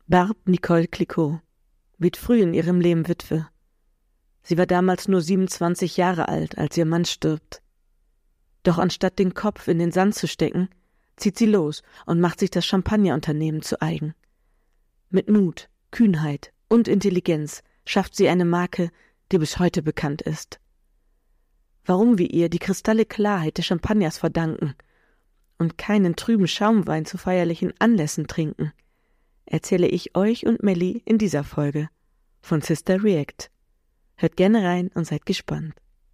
Barbe Nicole Clicquot wird früh in ihrem Leben Witwe. Sie war damals nur 27 Jahre alt, als ihr Mann stirbt. Doch anstatt den Kopf in den Sand zu stecken, zieht sie los und macht sich das Champagnerunternehmen zu eigen. Mit Mut, Kühnheit und Intelligenz schafft sie eine Marke, die bis heute bekannt ist. Warum wir ihr die kristalle Klarheit des Champagners verdanken und keinen trüben Schaumwein zu feierlichen Anlässen trinken, erzähle ich euch und Melli in dieser Folge von Sister React. Hört gerne rein und seid gespannt.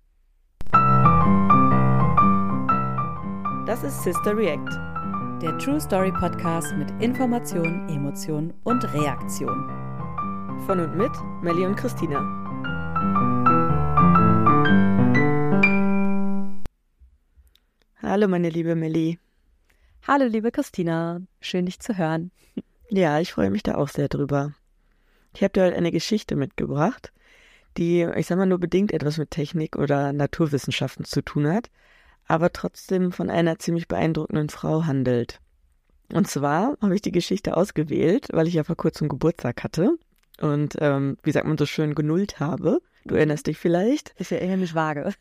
Das ist Sister React, der True Story Podcast mit Information, Emotion und Reaktion. Von und mit Melli und Christina. Hallo meine liebe Melli. Hallo liebe Christina, schön dich zu hören. Ja, ich freue mich da auch sehr drüber. Ich habe dir heute eine Geschichte mitgebracht, die, ich sag mal, nur bedingt etwas mit Technik oder Naturwissenschaften zu tun hat, aber trotzdem von einer ziemlich beeindruckenden Frau handelt. Und zwar habe ich die Geschichte ausgewählt, weil ich ja vor kurzem Geburtstag hatte und, wie sagt man so schön, genullt habe. Du erinnerst dich vielleicht? Ich erinnere mich vage.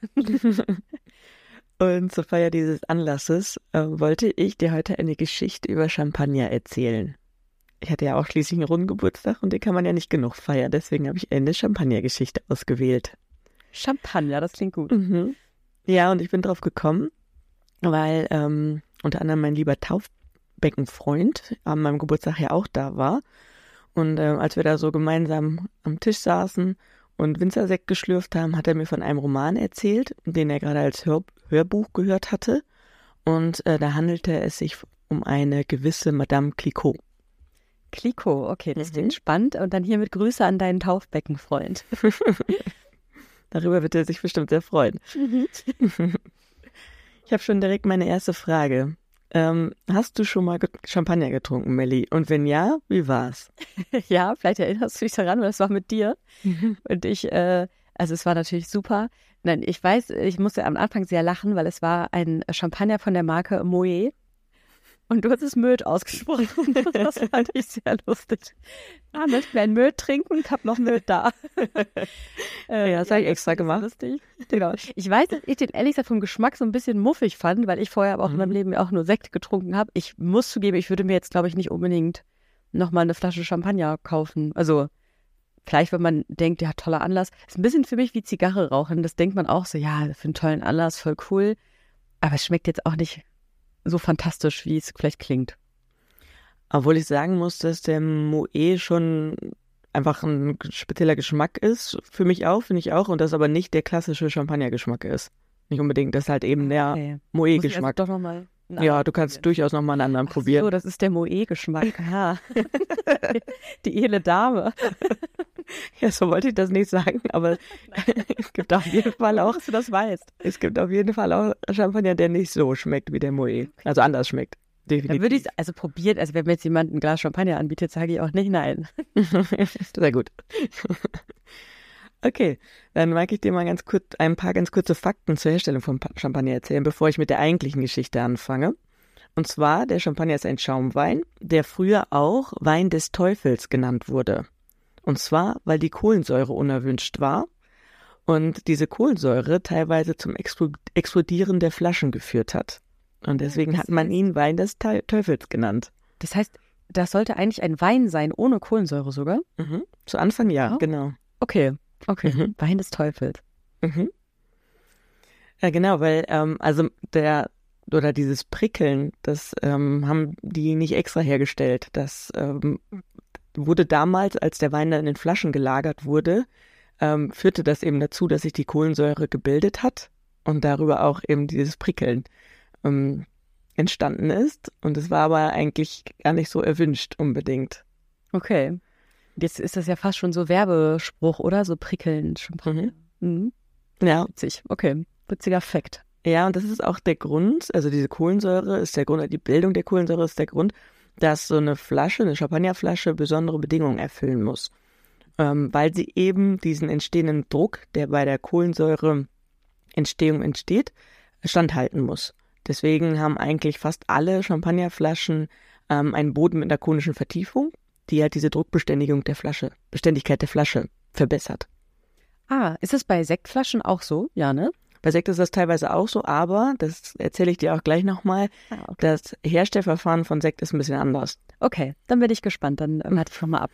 Und zur Feier dieses Anlasses wollte ich dir heute eine Geschichte über Champagner erzählen. Ich hatte ja auch schließlich einen runden Geburtstag und den kann man ja nicht genug feiern. Deswegen habe ich eine Champagner-Geschichte ausgewählt. Champagner, das klingt gut. Mhm. Ja, und ich bin drauf gekommen, weil unter anderem mein lieber Taufbeckenfreund an meinem Geburtstag ja auch da war. Und als wir da so gemeinsam am Tisch saßen und Winzersekt geschlürft haben, hat er mir von einem Roman erzählt, den er gerade als Hörbuch gehört hatte. Und da handelte es sich um eine gewisse Madame Clicquot. Clicquot, okay, das klingt spannend. Und dann hiermit Grüße an deinen Taufbeckenfreund. Darüber wird er sich bestimmt sehr freuen. Ich habe schon direkt meine erste Frage. Hast du schon mal Champagner getrunken, Melli? Und wenn ja, wie war's? Ja, vielleicht erinnerst du dich daran, weil das war mit dir. Und also es war natürlich super. Nein, ich weiß, ich musste am Anfang sehr lachen, weil es war ein Champagner von der Marke Moet. Und du hast es Möd ausgesprochen. Das fand ich sehr lustig. Möchten wir ein Möd trinken? Ich habe noch Möd da. Ja, das habe ich extra gemacht. Lustig. Genau. Ich weiß, dass ich den ehrlich gesagt vom Geschmack so ein bisschen muffig fand, weil ich vorher aber auch in meinem Leben auch nur Sekt getrunken habe. Ich muss zugeben, ich würde mir jetzt, glaube ich, nicht unbedingt nochmal eine Flasche Champagner kaufen. Also vielleicht, wenn man denkt, ja, toller Anlass. Ist ein bisschen für mich wie Zigarre rauchen. Das denkt man auch so, ja, für einen tollen Anlass, voll cool. Aber es schmeckt jetzt auch nicht so fantastisch, wie es vielleicht klingt. Obwohl ich sagen muss, dass der Moet schon einfach ein spezieller Geschmack ist. Für mich auch, finde ich auch. Und das aber nicht der klassische Champagner-Geschmack ist. Nicht unbedingt, das ist halt eben der Moet-Geschmack. Muss ich also doch noch mal ja, du kannst durchaus nochmal einen anderen probieren. So, das ist der Moet-Geschmack. Ja. Die edle Dame. Ja, so wollte ich das nicht sagen, aber es gibt auf jeden Fall auch, dass du das weißt. Es gibt auf jeden Fall auch Champagner, der nicht so schmeckt wie der Moet. Also anders schmeckt. Definitiv. Dann würde ich es also probieren, also wenn mir jetzt jemand ein Glas Champagner anbietet, sage ich auch nicht nein. Sehr gut. Okay, dann mag ich dir mal ein paar ganz kurze Fakten zur Herstellung von Champagner erzählen, bevor ich mit der eigentlichen Geschichte anfange. Und zwar, der Champagner ist ein Schaumwein, der früher auch Wein des Teufels genannt wurde. Und zwar, weil die Kohlensäure unerwünscht war und diese Kohlensäure teilweise zum Explodieren der Flaschen geführt hat. Und deswegen hat man ihn Wein des Teufels genannt. Das heißt, das sollte eigentlich ein Wein sein, ohne Kohlensäure sogar? Mhm. Zu Anfang ja, genau. Okay. Wein des Teufels. Mhm. Ja, genau, weil dieses Prickeln, das haben die nicht extra hergestellt. Das wurde damals, als der Wein dann in Flaschen gelagert wurde, führte das eben dazu, dass sich die Kohlensäure gebildet hat und darüber auch eben dieses Prickeln entstanden ist. Und es war aber eigentlich gar nicht so erwünscht unbedingt. Okay. Jetzt ist das ja fast schon so Werbespruch, oder? So prickelnd Champagner. Mhm. Ja. Witzig. Okay. Witziger Fakt. Ja, und das ist auch der Grund, also diese Kohlensäure ist der Grund, die Bildung der Kohlensäure ist der Grund, dass so eine Champagnerflasche besondere Bedingungen erfüllen muss. Weil sie eben diesen entstehenden Druck, der bei der Kohlensäureentstehung entsteht, standhalten muss. Deswegen haben eigentlich fast alle Champagnerflaschen einen Boden mit einer konischen Vertiefung. die halt diese Beständigkeit der Flasche verbessert. Ah, ist das bei Sektflaschen auch so? Ja, ne? Bei Sekt ist das teilweise auch so, aber, das erzähle ich dir auch gleich nochmal, Okay. das Herstellverfahren von Sekt ist ein bisschen anders. Okay, dann bin ich gespannt. Dann warte ich schon mal ab.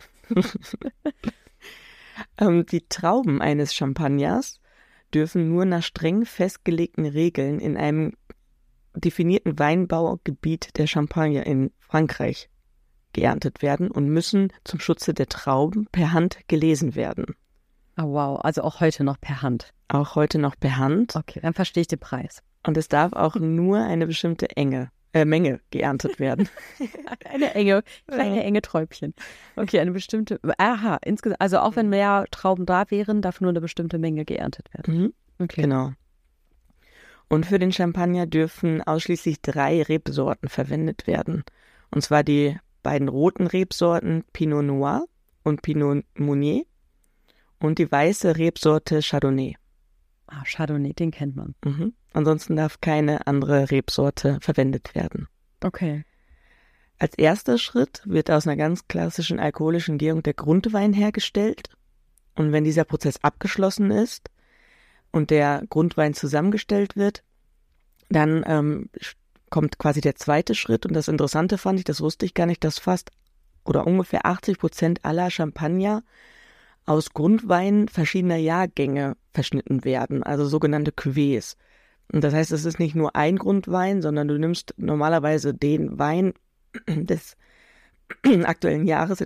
Die Trauben eines Champagners dürfen nur nach streng festgelegten Regeln in einem definierten Weinbaugebiet der Champagne in Frankreich geerntet werden und müssen zum Schutze der Trauben per Hand gelesen werden. Oh, wow, also auch heute noch per Hand. Auch heute noch per Hand. Okay, dann verstehe ich den Preis. Und es darf auch nur eine bestimmte Menge geerntet werden. Kleine enge Träubchen. Okay, eine bestimmte, insgesamt, also auch wenn mehr Trauben da wären, darf nur eine bestimmte Menge geerntet werden. Mhm. Okay. Genau. Und für den Champagner dürfen ausschließlich 3 Rebsorten verwendet werden. Und zwar die beiden roten Rebsorten Pinot Noir und Pinot Meunier und die weiße Rebsorte Chardonnay. Ah, Chardonnay, den kennt man. Mhm. Ansonsten darf keine andere Rebsorte verwendet werden. Okay. Als erster Schritt wird aus einer ganz klassischen alkoholischen Gärung der Grundwein hergestellt. Und wenn dieser Prozess abgeschlossen ist und der Grundwein zusammengestellt wird, dann kommt quasi der zweite Schritt. Und das Interessante fand ich, das wusste ich gar nicht, dass fast oder ungefähr 80% aller Champagner aus Grundwein verschiedener Jahrgänge verschnitten werden, also sogenannte Cuvées. Und das heißt, es ist nicht nur ein Grundwein, sondern du nimmst normalerweise den Wein des aktuellen Jahres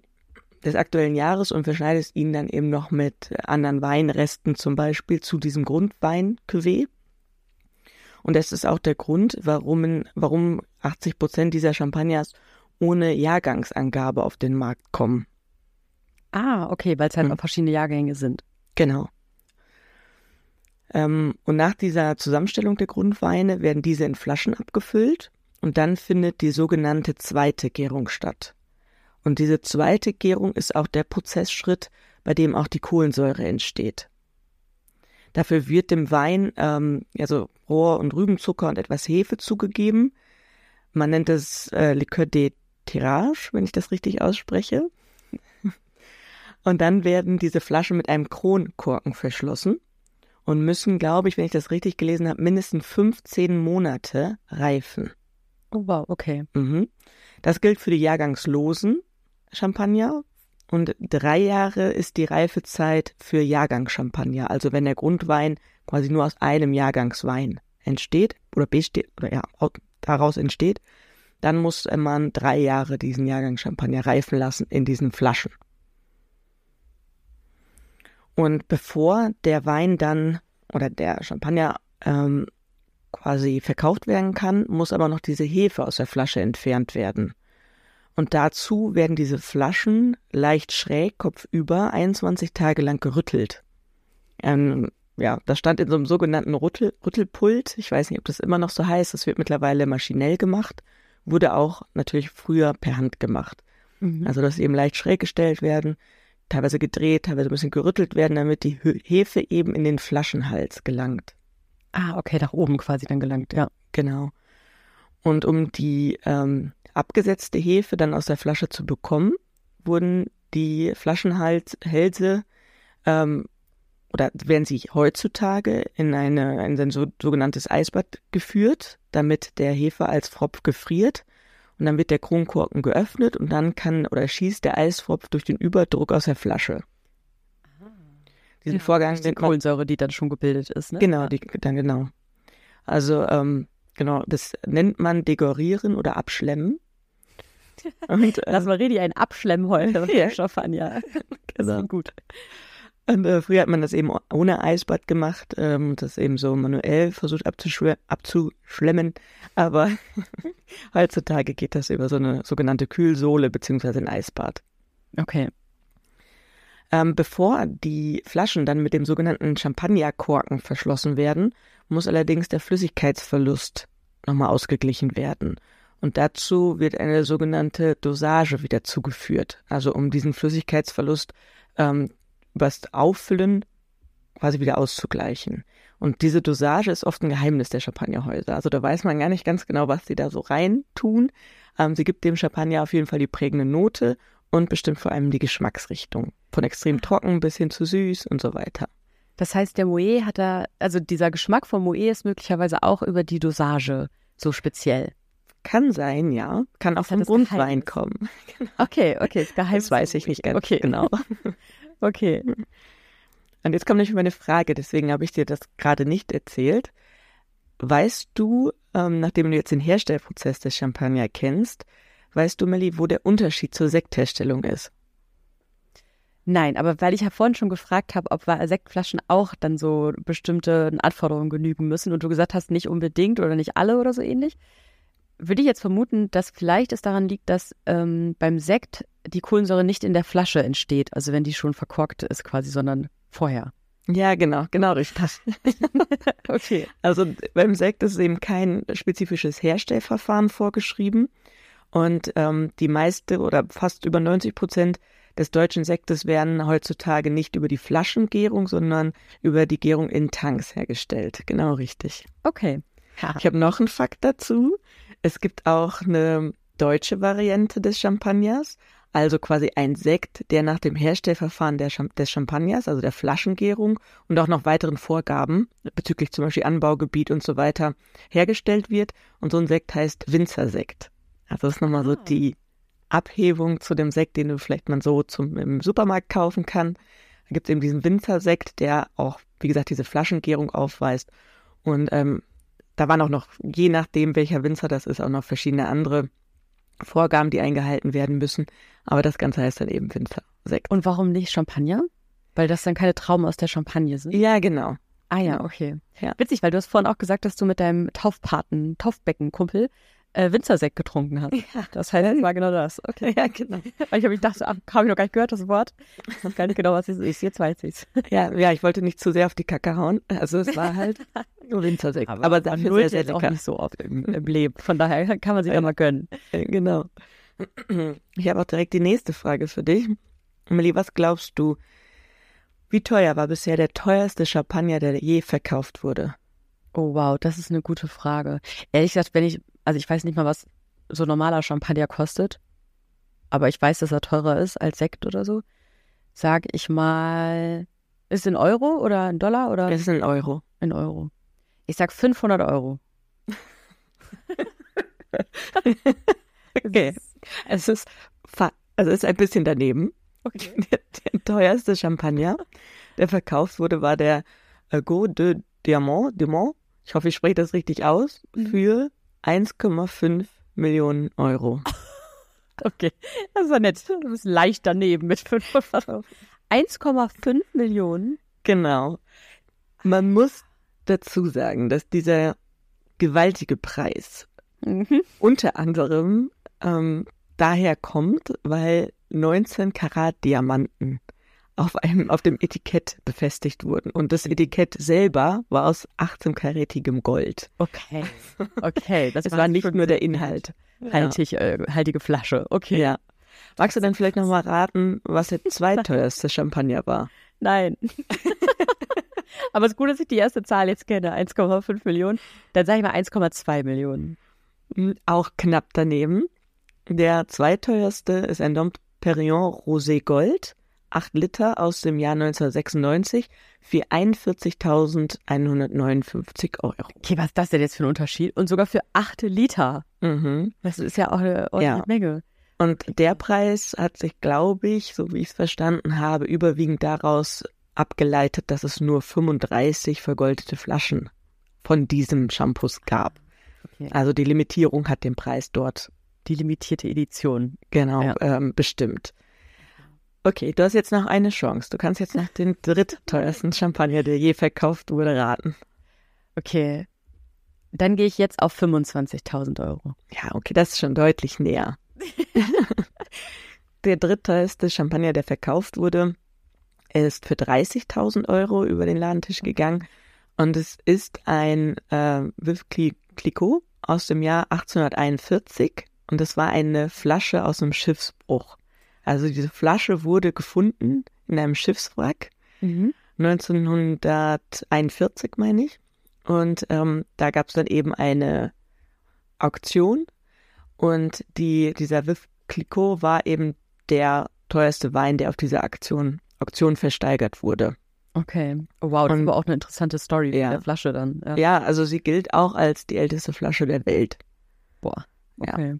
und verschneidest ihn dann eben noch mit anderen Weinresten zum Beispiel zu diesem Grundwein-Cuvée. Und das ist auch der Grund, warum 80% dieser Champagners ohne Jahrgangsangabe auf den Markt kommen. Ah, okay, weil es halt auch verschiedene Jahrgänge sind. Genau. Und nach dieser Zusammenstellung der Grundweine werden diese in Flaschen abgefüllt und dann findet die sogenannte zweite Gärung statt. Und diese zweite Gärung ist auch der Prozessschritt, bei dem auch die Kohlensäure entsteht. Dafür wird dem Wein also Rohr- und Rübenzucker und etwas Hefe zugegeben. Man nennt es Liqueur de Tirage, wenn ich das richtig ausspreche. Und dann werden diese Flaschen mit einem Kronkorken verschlossen und müssen, glaube ich, wenn ich das richtig gelesen habe, mindestens 15 Monate reifen. Oh wow, okay. Das gilt für die jahrgangslosen Champagner und 3 Jahre ist die Reifezeit für Jahrgangschampagner. Also wenn der Grundwein quasi nur aus einem Jahrgangswein entsteht oder besteht oder ja, daraus entsteht, dann muss man 3 Jahre diesen Jahrgangschampagner reifen lassen in diesen Flaschen. Und bevor der Wein dann oder der Champagner quasi verkauft werden kann, muss aber noch diese Hefe aus der Flasche entfernt werden. Und dazu werden diese Flaschen leicht schräg, kopfüber, 21 Tage lang gerüttelt. Das stand in so einem sogenannten Rüttelpult. Ich weiß nicht, ob das immer noch so heißt. Das wird mittlerweile maschinell gemacht. Wurde auch natürlich früher per Hand gemacht. Also, dass sie eben leicht schräg gestellt werden, teilweise gedreht, teilweise ein bisschen gerüttelt werden, damit die Hefe eben in den Flaschenhals gelangt. Ah, okay, nach oben quasi dann gelangt, ja. Genau. Und um die abgesetzte Hefe dann aus der Flasche zu bekommen, wurden die Flaschenhälse oder werden sie heutzutage in ein sogenanntes Eisbad geführt, damit der Hefe als Pfropf gefriert. Und dann wird der Kronkorken geöffnet und dann schießt der Eispfropf durch den Überdruck aus der Flasche. Diesen Vorgang die Kohlensäure, die dann schon gebildet ist, ne? Genau, genau. Also, genau, das nennt man Degorieren oder Abschlemmen. Und, lass mal richtig ein Abschlemmen heute. Ja. Champagner. Genau. Gut. Und früher hat man das eben ohne Eisbad gemacht, das eben so manuell versucht abzuschlemmen, aber heutzutage geht das über so eine sogenannte Kühlsohle beziehungsweise ein Eisbad. Okay. Bevor die Flaschen dann mit dem sogenannten Champagnerkorken verschlossen werden, muss allerdings der Flüssigkeitsverlust nochmal ausgeglichen werden. Und dazu wird eine sogenannte Dosage wieder zugeführt, also um diesen Flüssigkeitsverlust übers Auffüllen quasi wieder auszugleichen. Und diese Dosage ist oft ein Geheimnis der Champagnerhäuser. Also da weiß man gar nicht ganz genau, was sie da so rein tun. Sie gibt dem Champagner auf jeden Fall die prägende Note und bestimmt vor allem die Geschmacksrichtung. Von extrem trocken bis hin zu süß und so weiter. Das heißt, der Moët hat da, also dieser Geschmack von Moët ist möglicherweise auch über die Dosage so speziell. Kann sein, ja. Kann auch vom Grundwein kommen. Okay, das Geheimnis. Das weiß ich nicht ganz Okay. genau. Okay. Und jetzt kommt nämlich meine Frage, deswegen habe ich dir das gerade nicht erzählt. Weißt du, nachdem du jetzt den Herstellprozess des Champagner kennst, weißt du, Melli, wo der Unterschied zur Sektherstellung ist? Nein, aber weil ich ja vorhin schon gefragt habe, ob Sektflaschen auch dann so bestimmten Anforderungen genügen müssen und du gesagt hast, nicht unbedingt oder nicht alle oder so ähnlich, würde ich jetzt vermuten, dass vielleicht es daran liegt, dass beim Sekt die Kohlensäure nicht in der Flasche entsteht, also wenn die schon verkorkt ist quasi, sondern vorher. Ja, genau richtig. Okay. Also beim Sekt ist eben kein spezifisches Herstellverfahren vorgeschrieben und die meiste oder fast über 90% des deutschen Sektes werden heutzutage nicht über die Flaschengärung, sondern über die Gärung in Tanks hergestellt. Genau richtig. Okay. Ich habe noch einen Fakt dazu. Es gibt auch eine deutsche Variante des Champagners, also quasi ein Sekt, der nach dem Herstellverfahren des Champagners, also der Flaschengärung und auch noch weiteren Vorgaben bezüglich zum Beispiel Anbaugebiet und so weiter hergestellt wird. Und so ein Sekt heißt Winzersekt. Also das ist nochmal so die Abhebung zu dem Sekt, den du vielleicht mal so im Supermarkt kaufen kann. Da gibt es eben diesen Winzersekt, der auch, wie gesagt, diese Flaschengärung aufweist. Und da waren auch noch, je nachdem welcher Winzer das ist, auch noch verschiedene andere Vorgaben, die eingehalten werden müssen. Aber das Ganze heißt dann eben Winzersekt. Und warum nicht Champagner? Weil das dann keine Trauben aus der Champagne sind? Ja, genau. Ah ja, okay. Ja. Witzig, weil du hast vorhin auch gesagt, dass du mit deinem Taufbeckenkumpel Winzersekt getrunken hast. Ja. Das heißt, es war genau das. Okay. Ja, genau. Weil ich habe gedacht, habe ich noch gar nicht gehört, das Wort. Ich weiß gar nicht genau, was es ist. Jetzt weiß ich es. Ja, ich wollte nicht zu sehr auf die Kacke hauen. Also es war halt nur Winzersekt. Aber dafür sehr, sehr jetzt auch lecker. nicht so oft im Leben. Von daher kann man sich ja mal gönnen. Genau. Ich habe auch direkt die nächste Frage für dich. Melli, was glaubst du, wie teuer war bisher der teuerste Champagner, der je verkauft wurde? Oh wow, das ist eine gute Frage. Ehrlich gesagt, ich weiß nicht mal, was so normaler Champagner kostet, aber ich weiß, dass er teurer ist als Sekt oder so. Sag ich mal, ist in Euro oder in Dollar oder? Es ist ein Euro. In Euro. Ich sag 500 Euro. Okay. Es ist ein bisschen daneben. Okay. Der teuerste Champagner, der verkauft wurde, war der Gault de Diamant. Ich hoffe, ich spreche das richtig aus. Für 1,5 Millionen Euro. Okay, das war nett. Du bist leicht daneben mit 500 Euro. 1,5 Millionen? Genau. Man muss dazu sagen, dass dieser gewaltige Preis unter anderem daher kommt, weil 19 Karat Diamanten auf dem Etikett befestigt wurden. Und das Etikett selber war aus 18-karätigem Gold. Okay. Das Es war nicht nur der Inhalt. Haltige Flasche. Okay. Ja. Magst du dann vielleicht nochmal raten, was der zweiteuerste Champagner war? Nein. Aber es ist gut, dass ich die erste Zahl jetzt kenne. 1,5 Millionen. Dann sage ich mal 1,2 Millionen. Auch knapp daneben. Der zweiteuerste ist ein Dom Perignon Rosé Gold. 8 Liter aus dem Jahr 1996 für 41.159 Euro. Okay, was ist das denn jetzt für ein Unterschied? Und sogar für 8 Liter. Mhm. Das ist ja auch eine ordentliche Menge. Und der Preis hat sich, glaube ich, so wie ich es verstanden habe, überwiegend daraus abgeleitet, dass es nur 35 vergoldete Flaschen von diesem Shampoos gab. Okay. Also die Limitierung hat den Preis dort. Die limitierte Edition. Genau, bestimmt. Okay, du hast jetzt noch eine Chance. Du kannst jetzt nach den drittteuersten Champagner, der je verkauft wurde, raten. Okay, dann gehe ich jetzt auf 25.000 Euro. Ja, okay, das ist schon deutlich näher. Der drittteuerste Champagner, der verkauft wurde, ist für 30.000 Euro über den Ladentisch gegangen. Und es ist ein Veuve Clicquot aus dem Jahr 1841. Und es war eine Flasche aus einem Schiffsbruch. Also diese Flasche wurde gefunden in einem Schiffswrack, 1941, meine ich. Und da gab es dann eben eine Auktion und dieser Veuve Clicquot war eben der teuerste Wein, der auf dieser Auktion versteigert wurde. Okay. Oh, wow, das ist Und- aber auch eine interessante Story mit Ja. der Flasche dann. Ja. Ja, also sie gilt auch als die älteste Flasche der Welt. Boah, Ja. okay.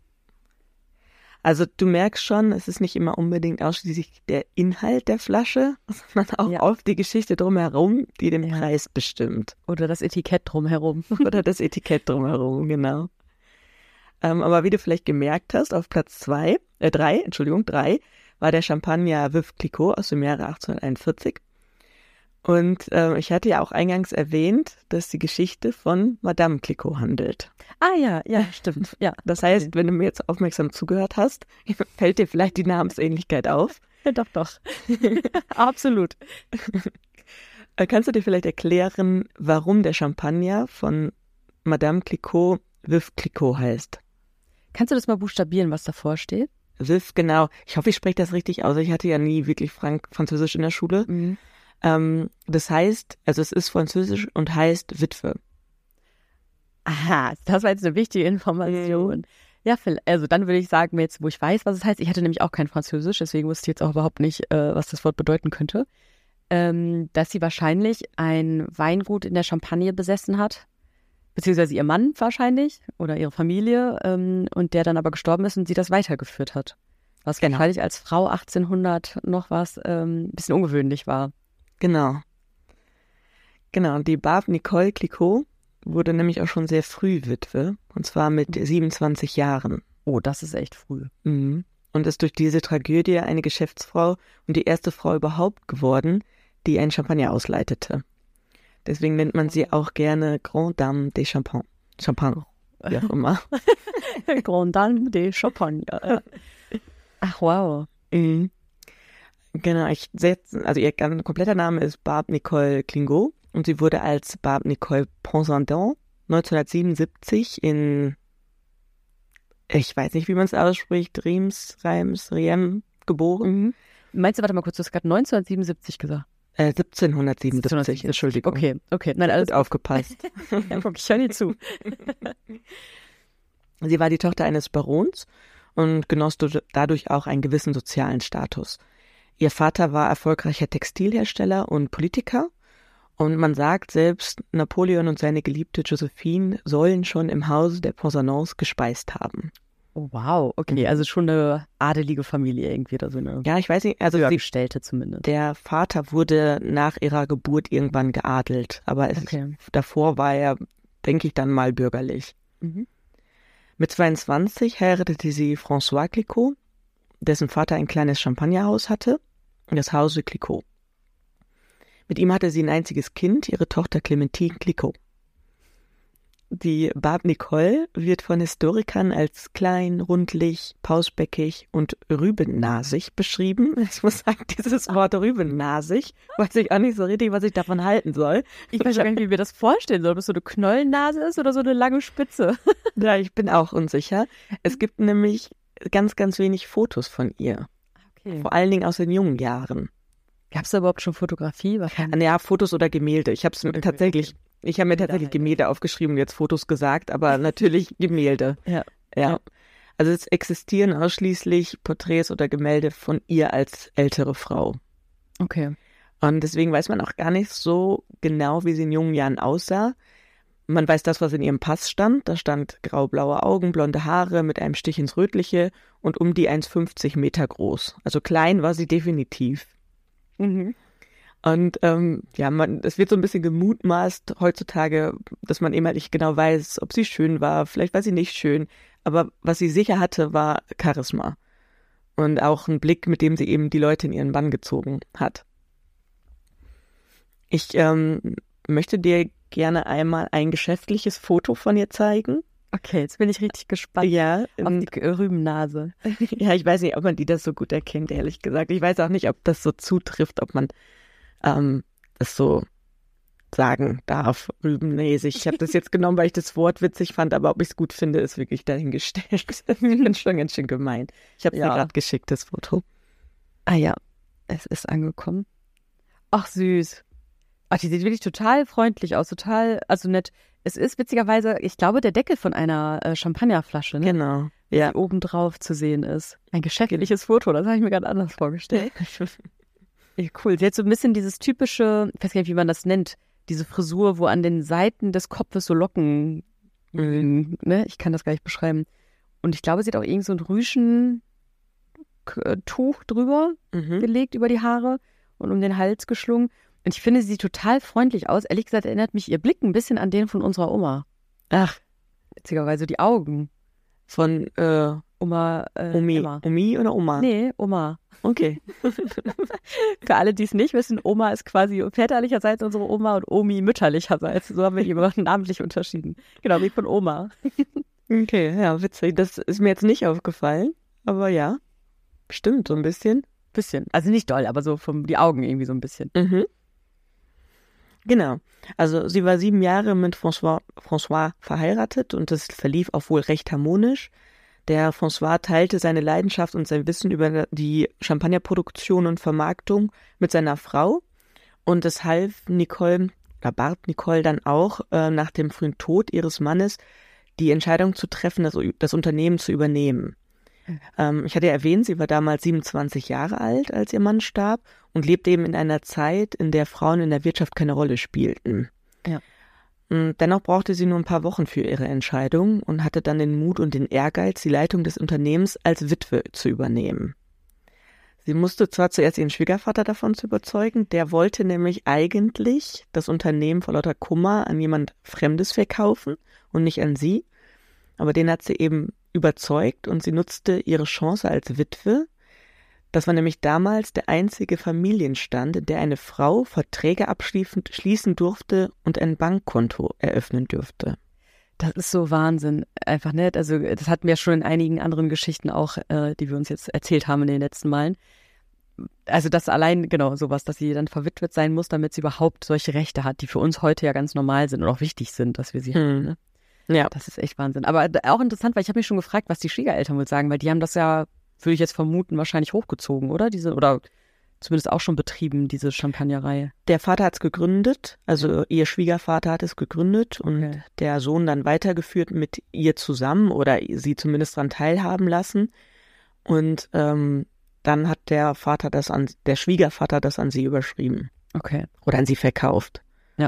Also du merkst schon, es ist nicht immer unbedingt ausschließlich der Inhalt der Flasche, sondern auch Ja. oft die Geschichte drumherum, die den Ja. Preis bestimmt. Oder das Etikett drumherum. Oder das Etikett drumherum, genau. Aber wie du vielleicht gemerkt hast, auf Platz 3 war der Champagner Veuve Clicquot aus dem Jahre 1841. Und ich hatte ja auch eingangs erwähnt, dass die Geschichte von Madame Clicquot handelt. Ah ja, stimmt. Ja, Das heißt, wenn du mir jetzt aufmerksam zugehört hast, fällt dir vielleicht die Namensähnlichkeit auf. doch. Absolut. Kannst du dir vielleicht erklären, warum der Champagner von Madame Clicquot Veuve Clicquot heißt? Kannst du das mal buchstabieren, was davor steht? Veuve, genau. Ich hoffe, ich spreche das richtig aus. Ich hatte ja nie wirklich Französisch in der Schule. Mhm. Das heißt, also es ist Französisch und heißt Witwe. Aha, das war jetzt eine wichtige Information. Ja, also dann würde ich sagen, jetzt, wo ich weiß, was es heißt, ich hatte nämlich auch kein Französisch, deswegen wusste ich jetzt auch überhaupt nicht, was das Wort bedeuten könnte, dass sie wahrscheinlich ein Weingut in der Champagne besessen hat, beziehungsweise ihr Mann wahrscheinlich oder ihre Familie, und der dann aber gestorben ist und sie das weitergeführt hat. Was Genau. wahrscheinlich als Frau 1800 noch was ein bisschen ungewöhnlich war. Genau. Genau, und die Barbe Nicole Clicquot wurde nämlich auch schon sehr früh Witwe, und zwar mit 27 Jahren. Oh, das ist echt früh. Mhm. Und ist durch diese Tragödie eine Geschäftsfrau und die erste Frau überhaupt geworden, die einen Champagner ausleitete. Deswegen nennt man sie auch gerne Grande Dame des Champagne, wie auch immer. Grande Dame des Champagne. Ja. Ach, wow. Mhm. Genau, also ihr kompletter Name ist Barbe Nicole Clicquot und sie wurde als Barbe Nicole Ponsardin 1977 in, ich weiß nicht, wie man es ausspricht, Riem geboren. Meinst du, warte mal kurz, du hast gerade 1977 gesagt? 1777, Entschuldigung. Okay. Nein, alles Gut aufgepasst. Ja, guck, ich höre dir zu. Sie war die Tochter eines Barons und genoss dadurch auch einen gewissen sozialen Status. Ihr Vater war erfolgreicher Textilhersteller und Politiker und man sagt, selbst Napoleon und seine Geliebte Josephine sollen schon im Hause der Ponsardins gespeist haben. Oh, wow, okay, also schon eine adelige Familie irgendwie oder so eine Ja, ich weiß nicht, also Höhergestellte zumindest. der Vater wurde nach ihrer Geburt irgendwann geadelt, aber davor war er, denke ich, dann mal bürgerlich. Mhm. Mit 22 heiratete sie François Clicquot, dessen Vater ein kleines Champagnerhaus hatte, das Hause Clicquot. Mit ihm hatte sie ein einziges Kind, ihre Tochter Clementine Clicquot. Die Barbe Nicole wird von Historikern als klein, rundlich, pausbäckig und rübennasig beschrieben. Ich muss sagen, dieses Wort rübennasig, weiß ich auch nicht so richtig, was ich davon halten soll. Ich weiß gar nicht, wie wir das vorstellen sollen, ob es so eine Knollennase ist oder so eine lange Spitze. Ja, ich bin auch unsicher. Es gibt nämlich ganz, ganz wenig Fotos von ihr. Okay. Vor allen Dingen aus den jungen Jahren. Gab es da überhaupt schon Fotografie? Ja, Fotos oder Gemälde. Ich habe mir tatsächlich Gemälde aufgeschrieben, jetzt Fotos gesagt, aber natürlich Gemälde. Ja. Also es existieren ausschließlich Porträts oder Gemälde von ihr als ältere Frau. Okay. Und deswegen weiß man auch gar nicht so genau, wie sie in jungen Jahren aussah. Man weiß das, was in ihrem Pass stand. Da stand graublaue Augen, blonde Haare mit einem Stich ins Rötliche und um die 1,50 Meter groß. Also klein war sie definitiv. Mhm. Und es wird so ein bisschen gemutmaßt heutzutage, dass man eben halt nicht genau weiß, ob sie schön war, vielleicht war sie nicht schön, aber was sie sicher hatte, war Charisma und auch ein Blick, mit dem sie eben die Leute in ihren Bann gezogen hat. Ich möchte dir gerne einmal ein geschäftliches Foto von ihr zeigen. Okay, jetzt bin ich richtig gespannt. Ja, auf die Rübennase. Ja, ich weiß nicht, ob man die das so gut erkennt, ehrlich gesagt. Ich weiß auch nicht, ob das so zutrifft, ob man das so sagen darf, rübennäsig. Ich habe das jetzt genommen, weil ich das Wort witzig fand, aber ob ich es gut finde, ist wirklich dahingestellt. Ich bin schon ganz schön gemein. Ich habe es mir gerade geschickt, das Foto. Ah ja, es ist angekommen. Ach, süß. Ach, die sieht wirklich total freundlich aus, total, also nett. Es ist witzigerweise, ich glaube, der Deckel von einer Champagnerflasche, ne? Genau. die obendrauf zu sehen ist. Ein geschäftliches Foto, das habe ich mir gerade anders vorgestellt. Ja, cool. Sie hat so ein bisschen dieses typische, ich weiß gar nicht, wie man das nennt, diese Frisur, wo an den Seiten des Kopfes so Locken liegen. Ne? Ich kann das gar nicht beschreiben. Und ich glaube, sie hat auch irgend so ein Rüschen Tuch drüber gelegt über die Haare und um den Hals geschlungen. Und ich finde, sie sieht total freundlich aus. Ehrlich gesagt erinnert mich ihr Blick ein bisschen an den von unserer Oma. Ach, witzigerweise die Augen. Von Oma Omi. Emma. Omi oder Oma? Nee, Oma. Okay. Für alle, die es nicht wissen, Oma ist quasi väterlicherseits unsere Oma und Omi mütterlicherseits. So haben wir die immer namentlich unterschieden. Genau, wie von Oma. Okay, ja, witzig. Das ist mir jetzt nicht aufgefallen, aber ja, stimmt, so ein bisschen. Bisschen. Also nicht doll, aber so die Augen irgendwie so ein bisschen. Mhm. Genau. Also sie war 7 Jahre mit François verheiratet und das verlief auch wohl recht harmonisch. Der François teilte seine Leidenschaft und sein Wissen über die Champagnerproduktion und Vermarktung mit seiner Frau und es half Nicole, oder bat Nicole dann auch nach dem frühen Tod ihres Mannes die Entscheidung zu treffen, das Unternehmen zu übernehmen. Ich hatte ja erwähnt, sie war damals 27 Jahre alt, als ihr Mann starb und lebte eben in einer Zeit, in der Frauen in der Wirtschaft keine Rolle spielten. Ja. Dennoch brauchte sie nur ein paar Wochen für ihre Entscheidung und hatte dann den Mut und den Ehrgeiz, die Leitung des Unternehmens als Witwe zu übernehmen. Sie musste zwar zuerst ihren Schwiegervater davon zu überzeugen, der wollte nämlich eigentlich das Unternehmen vor lauter Kummer an jemand Fremdes verkaufen und nicht an sie, aber den hat sie eben überzeugt und sie nutzte ihre Chance als Witwe. Das war nämlich damals der einzige Familienstand, in der eine Frau Verträge abschließen durfte und ein Bankkonto eröffnen dürfte. Das ist so Wahnsinn, einfach nett. Also das hatten wir schon in einigen anderen Geschichten auch, die wir uns jetzt erzählt haben in den letzten Malen. Also das allein, genau, sowas, dass sie dann verwitwet sein muss, damit sie überhaupt solche Rechte hat, die für uns heute ja ganz normal sind und auch wichtig sind, dass wir sie haben. Ne? Ja. Das ist echt Wahnsinn. Aber auch interessant, weil ich habe mich schon gefragt, was die Schwiegereltern wohl sagen, weil die haben das ja, würde ich jetzt vermuten, wahrscheinlich hochgezogen, oder? Oder zumindest auch schon betrieben, diese Champagnerei. Der Vater hat es gegründet, also ihr Schwiegervater hat es gegründet und der Sohn dann weitergeführt mit ihr zusammen oder sie zumindest daran teilhaben lassen. Und dann hat der Schwiegervater das an sie überschrieben. Okay. Oder an sie verkauft. Ja.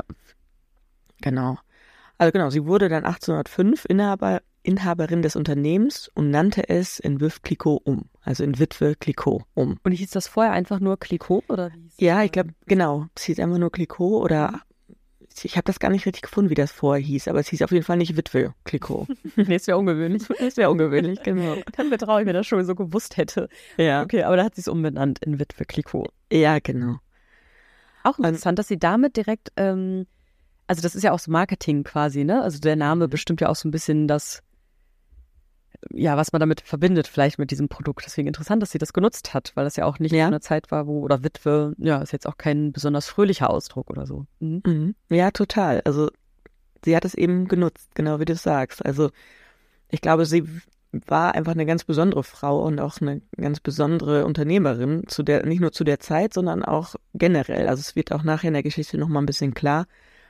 Genau. Also genau, sie wurde dann 1805 Inhaberin des Unternehmens und nannte es in Veuve Clicquot um, also in Witwe Clicquot um. Und hieß das vorher einfach nur Clicquot oder wie? Ja, ich glaube, genau, es hieß einfach nur Clicquot oder ich habe das gar nicht richtig gefunden, wie das vorher hieß, aber es hieß auf jeden Fall nicht Witwe Clicquot. Nee, es wäre ungewöhnlich. Es wäre ungewöhnlich, genau. Dann vertraue ich mir das schon so gewusst hätte. Ja. Okay, aber da hat sie es umbenannt in Witwe Clicquot. Ja, genau. Auch interessant, dass sie damit direkt, also das ist ja auch so Marketing quasi, ne? Also der Name bestimmt ja auch so ein bisschen das, ja, was man damit verbindet, vielleicht mit diesem Produkt. Deswegen interessant, dass sie das genutzt hat, weil das ja auch nicht in einer Zeit war, oder Witwe, ja, ist jetzt auch kein besonders fröhlicher Ausdruck oder so. Mhm. Ja, total. Also sie hat es eben genutzt, genau wie du sagst. Also ich glaube, sie war einfach eine ganz besondere Frau und auch eine ganz besondere Unternehmerin, nicht nur zu der Zeit, sondern auch generell. Also es wird auch nachher in der Geschichte nochmal ein bisschen klar,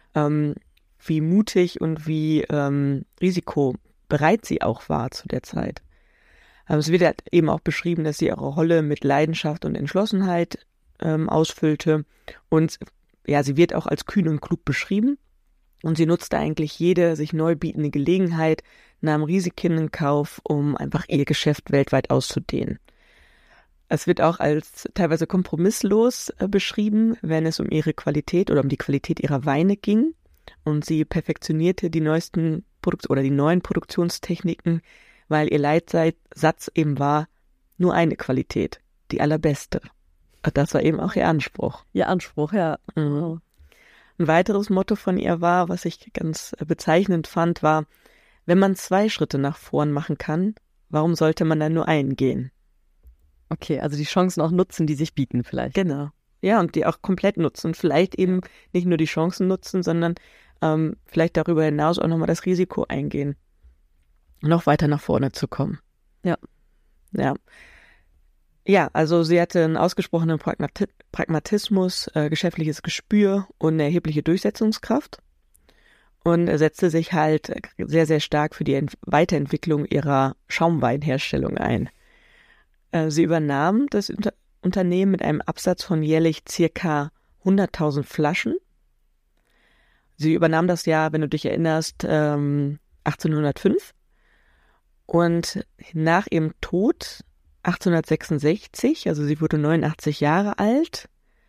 wie mutig und wie risikobereit sie auch war zu der Zeit. Es wird halt eben auch beschrieben, dass sie ihre Rolle mit Leidenschaft und Entschlossenheit ausfüllte und ja, sie wird auch als kühn und klug beschrieben und sie nutzte eigentlich jede sich neu bietende Gelegenheit, nahm Risiken in Kauf, um einfach ihr Geschäft weltweit auszudehnen. Es wird auch als teilweise kompromisslos beschrieben, wenn es um ihre Qualität oder um die Qualität ihrer Weine ging. Und sie perfektionierte die neuen Produktionstechniken, weil ihr Leitsatz eben war, nur eine Qualität, die allerbeste. Und das war eben auch ihr Anspruch. Ihr Anspruch, ja. Mhm. Ein weiteres Motto von ihr war, was ich ganz bezeichnend fand, war, wenn man 2 Schritte nach vorn machen kann, warum sollte man dann nur einen gehen? Okay, also die Chancen auch nutzen, die sich bieten vielleicht. Genau. Ja, und die auch komplett nutzen. Vielleicht eben nicht nur die Chancen nutzen, sondern vielleicht darüber hinaus auch nochmal das Risiko eingehen, noch weiter nach vorne zu kommen. Ja. Ja. Ja, also sie hatte einen ausgesprochenen Pragmatismus, geschäftliches Gespür und eine erhebliche Durchsetzungskraft. und setzte sich halt sehr, sehr stark für die Weiterentwicklung ihrer Schaumweinherstellung ein. Sie übernahm das Unternehmen mit einem Absatz von jährlich circa 100.000 Flaschen. Sie übernahm das Jahr, wenn du dich erinnerst, 1805 und nach ihrem Tod 1866, also sie wurde 89 Jahre alt,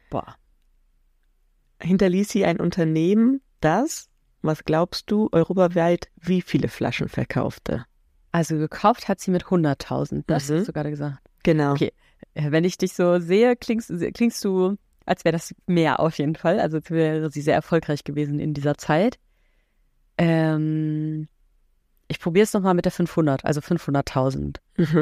hinterließ sie ein Unternehmen, das, was glaubst du, europaweit wie viele Flaschen verkaufte? Also gekauft hat sie mit 100.000, das hast du gerade gesagt. Genau. Okay, wenn ich dich so sehe, klingst du, als wäre das mehr auf jeden Fall. Also als wäre sie sehr erfolgreich gewesen in dieser Zeit. Ich probiere es nochmal mit der 500, also 500.000.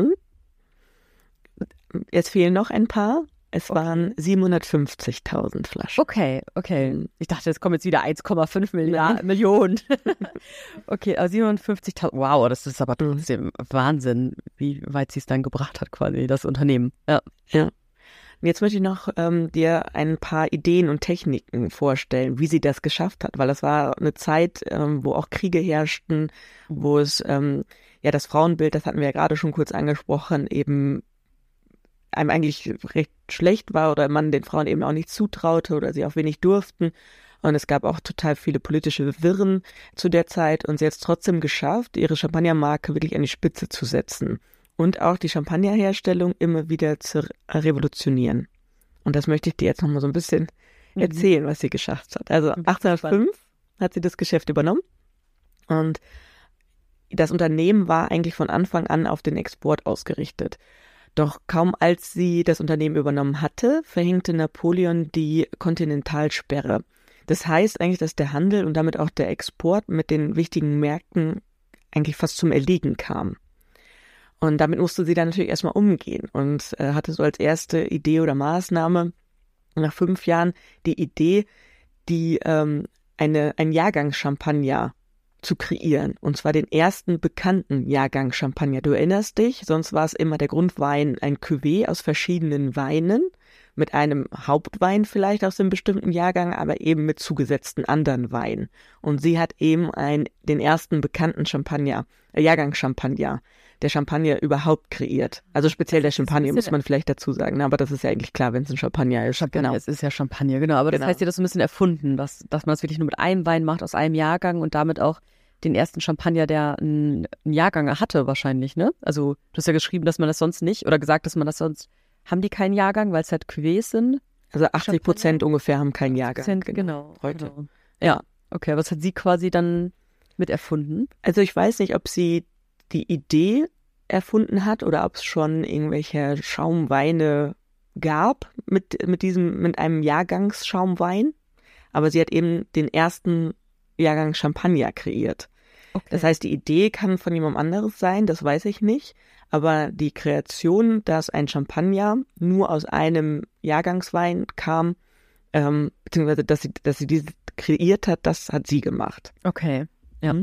Jetzt fehlen noch ein paar. Es waren 750.000 Flaschen. Okay. Ich dachte, es kommen jetzt wieder 1,5 Millionen. Okay, aber 57.000. Wow, das ist aber trotzdem Wahnsinn, wie weit sie es dann gebracht hat, quasi, das Unternehmen. Ja. Und jetzt möchte ich noch dir ein paar Ideen und Techniken vorstellen, wie sie das geschafft hat, weil das war eine Zeit, wo auch Kriege herrschten, wo es das Frauenbild, das hatten wir ja gerade schon kurz angesprochen, eben einem eigentlich recht schlecht war oder man den Frauen eben auch nicht zutraute oder sie auch wenig durften. Und es gab auch total viele politische Wirren zu der Zeit und sie hat es trotzdem geschafft, ihre Champagnermarke wirklich an die Spitze zu setzen und auch die Champagnerherstellung immer wieder zu revolutionieren. Und das möchte ich dir jetzt nochmal so ein bisschen erzählen, was sie geschafft hat. Also 1805 hat sie das Geschäft übernommen und das Unternehmen war eigentlich von Anfang an auf den Export ausgerichtet. Doch kaum als sie das Unternehmen übernommen hatte, verhängte Napoleon die Kontinentalsperre. Das heißt eigentlich, dass der Handel und damit auch der Export mit den wichtigen Märkten eigentlich fast zum Erliegen kam. Und damit musste sie dann natürlich erstmal umgehen und hatte so als erste Idee oder Maßnahme nach 5 Jahren die Idee, ein Jahrgang Champagner zu kreieren, und zwar den ersten bekannten Jahrgang Champagner. Du erinnerst dich, sonst war es immer der Grundwein ein Cuvée aus verschiedenen Weinen, mit einem Hauptwein vielleicht aus einem bestimmten Jahrgang, aber eben mit zugesetzten anderen Weinen. Und sie hat eben den ersten bekannten Jahrgang Champagner, der Champagner überhaupt kreiert. Also speziell der Champagner, muss man vielleicht dazu sagen, aber das ist ja eigentlich klar, wenn es ein Champagner ist. Genau. Es ist ja Champagner, genau. Aber das heißt ja, das ist ein bisschen erfunden, dass man das wirklich nur mit einem Wein macht, aus einem Jahrgang und damit auch den ersten Champagner, der einen Jahrgang hatte wahrscheinlich, ne? Also du hast ja geschrieben, dass man das sonst nicht, oder gesagt, dass man das sonst, haben die keinen Jahrgang, weil es halt Cuvées sind? Also 80% ungefähr haben keinen Jahrgang. Genau. Heute. Genau. Ja, okay, was hat sie quasi dann mit erfunden? Also ich weiß nicht, ob sie die Idee erfunden hat oder ob es schon irgendwelche Schaumweine gab mit einem Jahrgangsschaumwein, aber sie hat eben den ersten Jahrgang Champagner kreiert. Okay. Das heißt, die Idee kann von jemand anderes sein, das weiß ich nicht, aber die Kreation, dass ein Champagner nur aus einem Jahrgangswein kam, beziehungsweise dass sie diese kreiert hat, das hat sie gemacht. Okay, ja.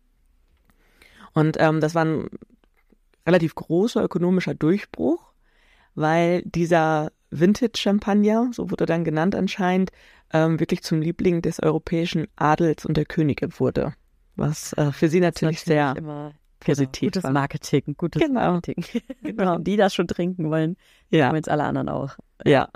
Und das war ein relativ großer ökonomischer Durchbruch, weil dieser Vintage-Champagner, so wurde er dann genannt anscheinend, wirklich zum Liebling des europäischen Adels und der Könige wurde. Was für sie natürlich sehr positiv gutes war. Marketing. Marketing. Genau. Die das schon trinken wollen, wollen jetzt alle anderen auch. Ja.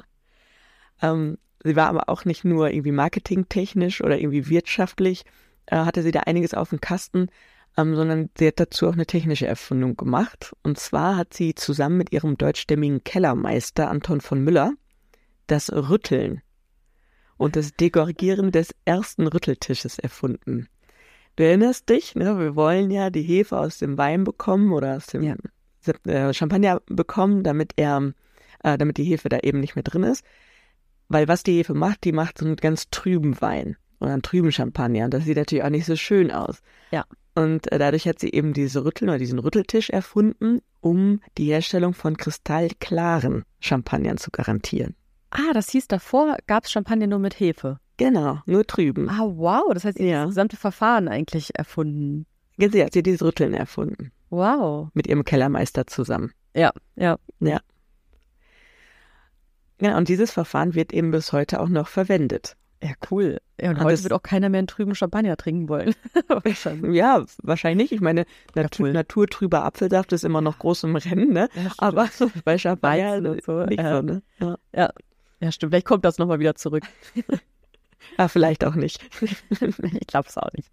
Sie war aber auch nicht nur irgendwie marketingtechnisch oder irgendwie wirtschaftlich, hatte sie da einiges auf dem Kasten, sondern sie hat dazu auch eine technische Erfindung gemacht. Und zwar hat sie zusammen mit ihrem deutschstämmigen Kellermeister Anton von Müller das Rütteln und das Degorgieren des ersten Rütteltisches erfunden. Du erinnerst dich, ne? Wir wollen ja die Hefe aus dem Wein bekommen oder aus dem Champagner bekommen, damit die Hefe da eben nicht mehr drin ist. Weil was die Hefe macht, die macht so einen ganz trüben Wein oder einen trüben Champagner. Und das sieht natürlich auch nicht so schön aus. Ja. Und dadurch hat sie eben diesen Rütteltisch erfunden, um die Herstellung von kristallklaren Champagnern zu garantieren. Ah, das hieß, davor gab es Champagner nur mit Hefe. Genau, nur trüben. Ah, wow, das heißt, sie hat das gesamte Verfahren eigentlich erfunden. Sie hat dieses Rütteln erfunden. Wow. Mit ihrem Kellermeister zusammen. Ja. Genau, und dieses Verfahren wird eben bis heute auch noch verwendet. Ja, cool. Ja, und Und heute wird auch keiner mehr einen trüben Champagner trinken wollen. ja, wahrscheinlich. Ich meine, cool. naturtrüber Apfelsaft ist immer noch groß im Rennen, ne? Ja, stimmt. Aber bei Champagner Weizen und so. nicht so, ne? Ja. Ja, stimmt. Vielleicht kommt das nochmal wieder zurück. Vielleicht auch nicht. Ich glaube es auch nicht.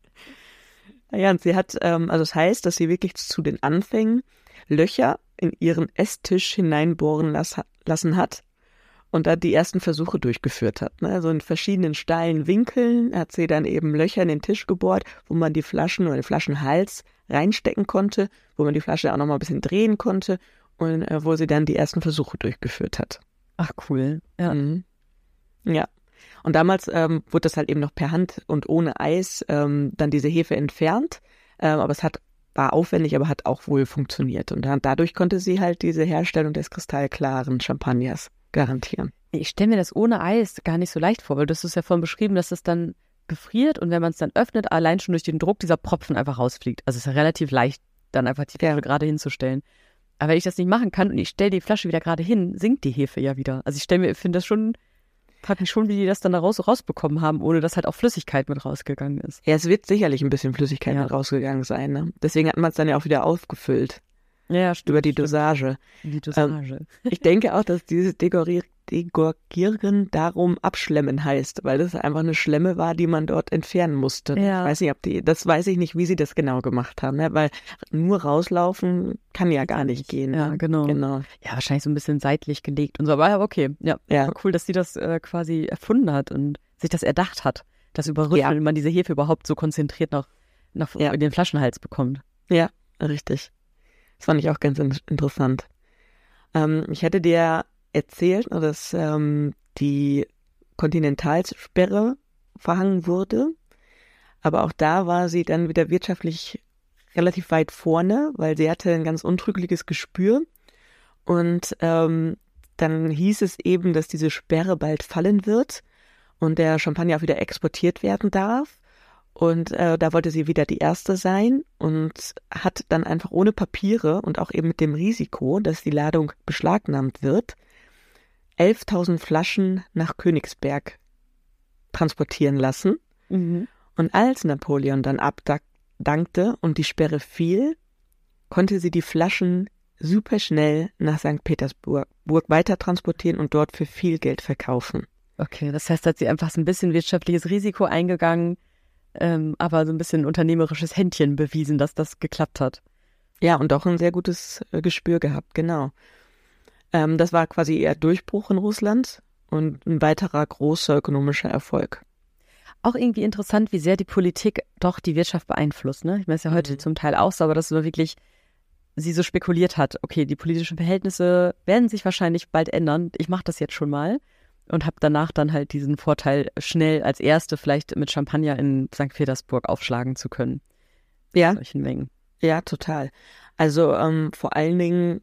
Ja, und sie hat, also das heißt, dass sie wirklich zu den Anfängen Löcher in ihren Esstisch hineinbohren lassen hat und da die ersten Versuche durchgeführt hat. Ne? Also in verschiedenen steilen Winkeln hat sie dann eben Löcher in den Tisch gebohrt, wo man die Flaschen oder den Flaschenhals reinstecken konnte, wo man die Flasche auch nochmal ein bisschen drehen konnte und wo sie dann die ersten Versuche durchgeführt hat. Ach, cool. Ja. Mhm. Ja. Und damals wurde das halt eben noch per Hand und ohne Eis dann diese Hefe entfernt. Aber es war aufwendig, aber hat auch wohl funktioniert. Und dadurch konnte sie halt diese Herstellung des kristallklaren Champagners garantieren. Ich stelle mir das ohne Eis gar nicht so leicht vor, weil du hast es ja vorhin beschrieben, dass es dann gefriert und wenn man es dann öffnet, allein schon durch den Druck dieser Propfen einfach rausfliegt. Also es ist ja relativ leicht, dann einfach die Flasche gerade hinzustellen. Aber wenn ich das nicht machen kann und ich stelle die Flasche wieder gerade hin, sinkt die Hefe ja wieder. Also ich finde das schon, frage mich schon, wie die das dann da rausbekommen haben, ohne dass halt auch Flüssigkeit mit rausgegangen ist. Ja, es wird sicherlich ein bisschen Flüssigkeit mit rausgegangen sein. Ne? Deswegen hat man es dann ja auch wieder aufgefüllt. Ja, stimmt. Über die Dosage. Die Dosage. Ich denke auch, dass dieses Degorgieren darum abschlemmen heißt, weil das einfach eine Schlemme war, die man dort entfernen musste. Ja. Ich weiß nicht, das weiß ich nicht, wie sie das genau gemacht haben, ne? Weil nur rauslaufen kann ja gar nicht gehen. Ja, ne? genau. Ja, wahrscheinlich so ein bisschen seitlich gelegt und so, aber okay. Ja. War cool, dass sie das quasi erfunden hat und sich das erdacht hat, dass über Rütteln man diese Hefe überhaupt so konzentriert noch in den Flaschenhals bekommt. Ja, richtig. Das fand ich auch ganz interessant. Ich hätte dir erzählt, dass die Kontinentalsperre verhangen wurde, aber auch da war sie dann wieder wirtschaftlich relativ weit vorne, weil sie hatte ein ganz untrügliches Gespür und dann hieß es eben, dass diese Sperre bald fallen wird und der Champagner auch wieder exportiert werden darf. Und da wollte sie wieder die Erste sein und hat dann einfach ohne Papiere und auch eben mit dem Risiko, dass die Ladung beschlagnahmt wird, 11.000 Flaschen nach Königsberg transportieren lassen. Mhm. Und als Napoleon dann abdankte und die Sperre fiel, konnte sie die Flaschen super schnell nach St. Petersburg weiter transportieren und dort für viel Geld verkaufen. Okay, das heißt, hat sie einfach so ein bisschen wirtschaftliches Risiko eingegangen, aber so ein bisschen unternehmerisches Händchen bewiesen, dass das geklappt hat. Ja, und auch ein sehr gutes Gespür gehabt, genau. Das war quasi ihr Durchbruch in Russland und ein weiterer großer ökonomischer Erfolg. Auch irgendwie interessant, wie sehr die Politik doch die Wirtschaft beeinflusst. Ne? Ich meine, es ist ja heute zum Teil auch so, aber dass so wirklich sie so spekuliert hat, okay, die politischen Verhältnisse werden sich wahrscheinlich bald ändern. Ich mache das jetzt schon mal. Und habe danach dann halt diesen Vorteil, schnell als Erste vielleicht mit Champagner in St. Petersburg aufschlagen zu können. Ja. In solchen Mengen. Ja, total. Also vor allen Dingen,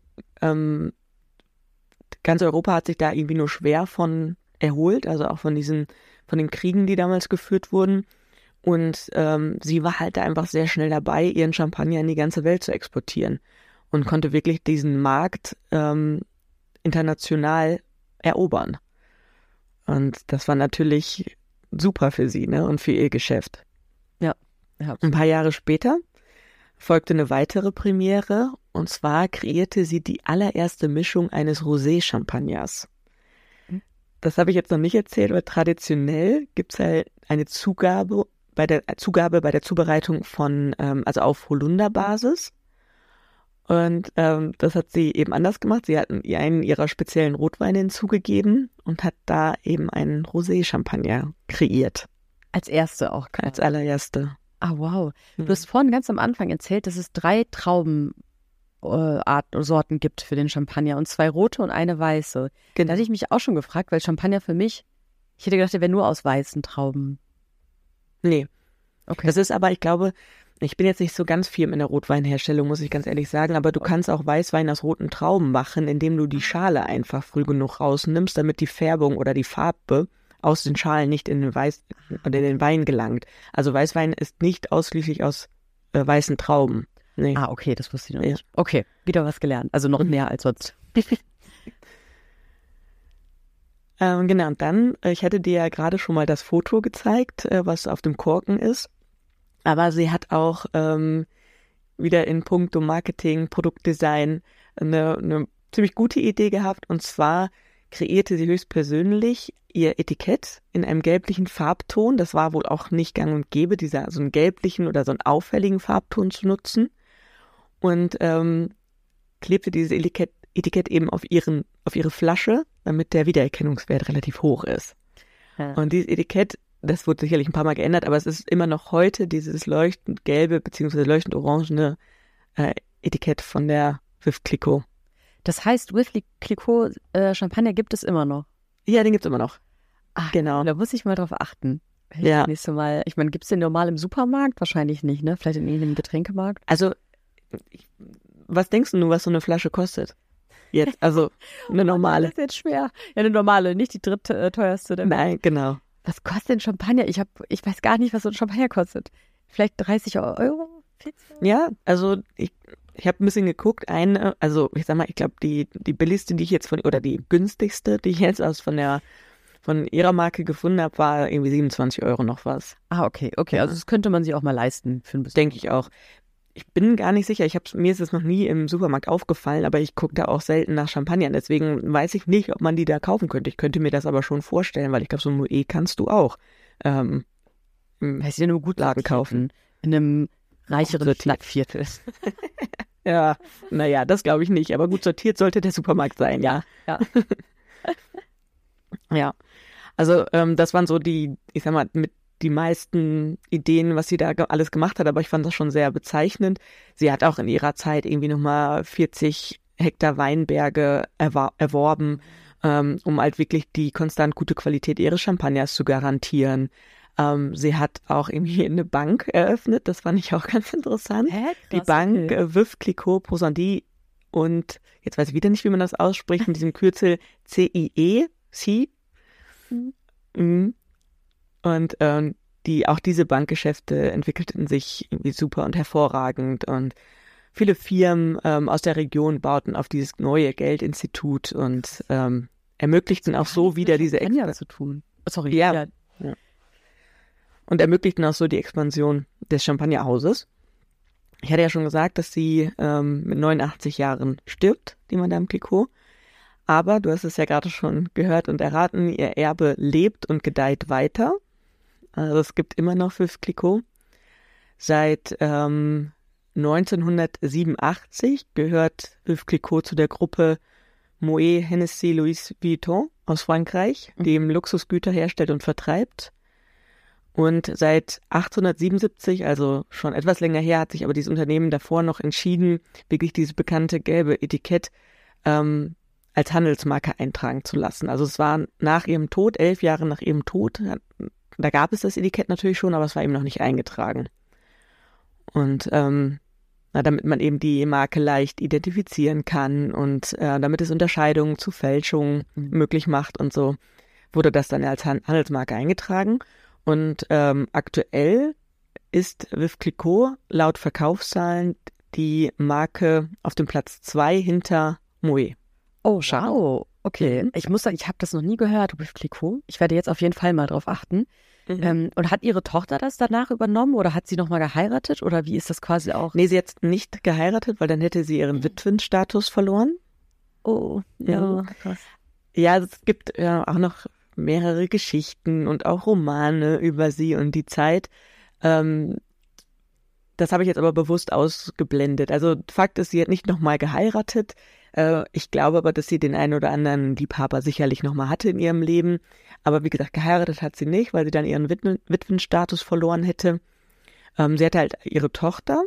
ganz Europa hat sich da irgendwie nur schwer von erholt, also auch von den Kriegen, die damals geführt wurden. Und sie war halt da einfach sehr schnell dabei, ihren Champagner in die ganze Welt zu exportieren und konnte wirklich diesen Markt international erobern. Und das war natürlich super für sie, ne, und für ihr Geschäft. Ja. Ein paar Jahre später folgte eine weitere Premiere, und zwar kreierte sie die allererste Mischung eines Rosé-Champagners. Das habe ich jetzt noch nicht erzählt, aber traditionell gibt es halt eine Zugabe bei der Zubereitung von, also auf Holunderbasis. Und das hat sie eben anders gemacht. Sie hat einen ihrer speziellen Rotweine hinzugegeben und hat da eben einen Rosé-Champagner kreiert. Als erste auch. Als allererste. Ah, wow. Du hast vorhin ganz am Anfang erzählt, dass es 3 Sorten gibt für den Champagner und 2 rote und eine weiße. Genau. Da hatte ich mich auch schon gefragt, weil Champagner für mich, ich hätte gedacht, der wäre nur aus weißen Trauben. Nee. Okay. Das ist aber, ich glaube, ich bin jetzt nicht so ganz firm in der Rotweinherstellung, muss ich ganz ehrlich sagen, aber du kannst auch Weißwein aus roten Trauben machen, indem du die Schale einfach früh genug rausnimmst, damit die Färbung oder die Farbe aus den Schalen nicht in den Wein gelangt. Also Weißwein ist nicht ausschließlich aus weißen Trauben. Nee. Ah, okay, das wusste ich noch nicht. Okay, wieder was gelernt. Also noch mehr als sonst. Genau, und dann, ich hatte dir ja gerade schon mal das Foto gezeigt, was auf dem Korken ist. Aber sie hat auch wieder in puncto Marketing, Produktdesign eine ziemlich gute Idee gehabt. Und zwar kreierte sie höchstpersönlich ihr Etikett in einem gelblichen Farbton. Das war wohl auch nicht gang und gäbe, so einen gelblichen oder so einen auffälligen Farbton zu nutzen. Und klebte dieses Etikett eben auf ihre Flasche, damit der Wiedererkennungswert relativ hoch ist. Ja. Und dieses Etikett, das wurde sicherlich ein paar Mal geändert, aber es ist immer noch heute dieses leuchtend gelbe bzw. leuchtend orangene Etikett von der Veuve Clicquot. Das heißt, Veuve Clicquot Champagner gibt es immer noch? Ja, den gibt es immer noch. Ach, genau. Da muss ich mal drauf achten. Ja. Das nächste Mal. Ich meine, gibt es den normal im Supermarkt? Wahrscheinlich nicht, ne? Vielleicht in irgendeinem Getränkemarkt? Also, was denkst du, was so eine Flasche kostet? Jetzt, also eine normale. Das ist jetzt schwer. Ja, eine normale, nicht die drittteuerste. Nein, genau. Was kostet denn Champagner? Ich weiß gar nicht, was so ein Champagner kostet. Vielleicht 30 Euro? 40 Euro? Ja, also ich habe ein bisschen geguckt. Also ich sag mal, ich glaube, die billigste, die ich jetzt oder die günstigste, die ich jetzt von ihrer Marke gefunden habe, war irgendwie 27 Euro noch was. Ah, okay. Ja. Also das könnte man sich auch mal leisten für ein bisschen. Denke ich auch. Ich bin gar nicht sicher, mir ist es noch nie im Supermarkt aufgefallen, aber ich gucke da auch selten nach Champagner, deswegen weiß ich nicht, ob man die da kaufen könnte. Ich könnte mir das aber schon vorstellen, weil ich glaube, so ein Moët kannst du auch im nur gut Laden kaufen. In einem reicheren Stadtviertel. Ja, naja, das glaube ich nicht, aber gut sortiert sollte der Supermarkt sein, ja. Ja. Ja, also das waren so die meisten Ideen, was sie da alles gemacht hat, aber ich fand das schon sehr bezeichnend. Sie hat auch in ihrer Zeit irgendwie nochmal 40 Hektar Weinberge erworben, um halt wirklich die konstant gute Qualität ihres Champagners zu garantieren. Sie hat auch irgendwie eine Bank eröffnet, das fand ich auch ganz interessant. Die Bank Veuve Clicquot Prosandie und jetzt weiß ich wieder nicht, wie man das ausspricht, mit diesem Kürzel CIE. Und auch diese Bankgeschäfte entwickelten sich irgendwie super und hervorragend und viele Firmen aus der Region bauten auf dieses neue Geldinstitut und ermöglichten auch so wieder diese zu tun. Sorry. Ja. Und ermöglichten auch so die Expansion des Champagnerhauses. Ich hatte ja schon gesagt, dass sie mit 89 Jahren stirbt, die Madame Clicquot. Aber du hast es ja gerade schon gehört und erraten, ihr Erbe lebt und gedeiht weiter. Also es gibt immer noch Veuve Clicquot. Seit 1987 gehört Veuve Clicquot zu der Gruppe Moët Hennessy Louis Vuitton aus Frankreich, die eben Luxusgüter herstellt und vertreibt. Und seit 1877, also schon etwas länger her, hat sich aber dieses Unternehmen davor noch entschieden, wirklich dieses bekannte gelbe Etikett als Handelsmarke eintragen zu lassen. Also es war nach ihrem Tod, 11 Jahre nach ihrem Tod, da gab es das Etikett natürlich schon, aber es war eben noch nicht eingetragen. Und damit man eben die Marke leicht identifizieren kann und damit es Unterscheidungen zu Fälschungen möglich macht und so, wurde das dann als Handelsmarke eingetragen. Und aktuell ist Veuve Clicquot laut Verkaufszahlen die Marke auf dem Platz 2 hinter Moët. Oh, wow. Okay. Ich muss sagen, ich habe das noch nie gehört, Veuve Clicquot. Ich werde jetzt auf jeden Fall mal drauf achten. Und hat ihre Tochter das danach übernommen oder hat sie nochmal geheiratet oder wie ist das quasi auch? Nee, sie hat nicht geheiratet, weil dann hätte sie ihren Witwenstatus verloren. Oh, ja, krass. Ja, es gibt ja auch noch mehrere Geschichten und auch Romane über sie und die Zeit. Das habe ich jetzt aber bewusst ausgeblendet. Also Fakt ist, sie hat nicht nochmal geheiratet. Ich glaube aber, dass sie den einen oder anderen Liebhaber sicherlich nochmal hatte in ihrem Leben. Aber wie gesagt, geheiratet hat sie nicht, weil sie dann ihren Witwenstatus verloren hätte. Sie hatte halt ihre Tochter,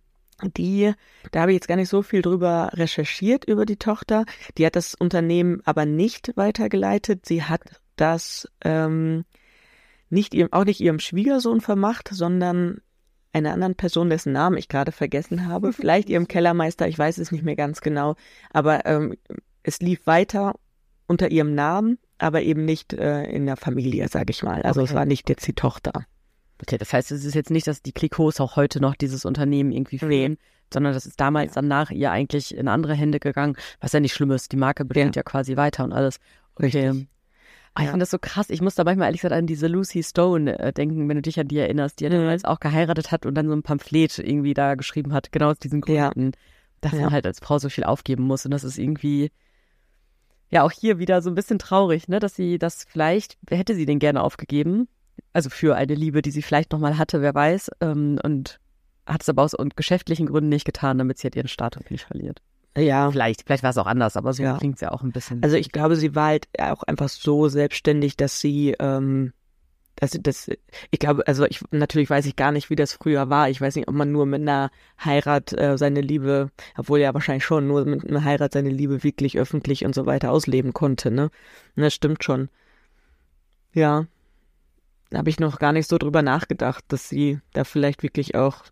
da habe ich jetzt gar nicht so viel drüber recherchiert über die Tochter. Die hat das Unternehmen aber nicht weitergeleitet. Sie hat das auch nicht ihrem Schwiegersohn vermacht, sondern einer anderen Person, dessen Namen ich gerade vergessen habe, vielleicht ihrem Kellermeister, ich weiß es nicht mehr ganz genau, aber es lief weiter unter ihrem Namen, aber eben nicht in der Familie, sage ich mal. Also Es war nicht jetzt die Tochter. Okay, das heißt, es ist jetzt nicht, dass die Clicquots auch heute noch dieses Unternehmen irgendwie führen, sondern das ist damals dann nach ihr eigentlich in andere Hände gegangen, was ja nicht schlimm ist. Die Marke besteht ja quasi weiter und alles. Okay. Richtig. Ich fand das so krass. Ich muss da manchmal ehrlich gesagt an diese Lucy Stone denken, wenn du dich an die erinnerst, die ja damals auch geheiratet hat und dann so ein Pamphlet irgendwie da geschrieben hat, genau aus diesen Gründen, dass man halt als Frau so viel aufgeben muss. Und das ist irgendwie ja auch hier wieder so ein bisschen traurig, ne, dass sie das vielleicht, hätte sie den gerne aufgegeben, also für eine Liebe, die sie vielleicht nochmal hatte, wer weiß, und hat es aber aus geschäftlichen Gründen nicht getan, damit sie halt ihren Status nicht verliert. Ja. Vielleicht war es auch anders, aber so klingt es ja auch ein bisschen. Also ich glaube, sie war halt auch einfach so selbstständig, dass sie, ich glaube, also natürlich weiß ich gar nicht, wie das früher war. Ich weiß nicht, ob man nur mit einer Heirat seine Liebe, obwohl ja wahrscheinlich schon nur mit einer Heirat seine Liebe wirklich öffentlich und so weiter ausleben konnte, ne? Und das stimmt schon. Ja. Da habe ich noch gar nicht so drüber nachgedacht, dass sie da vielleicht wirklich auch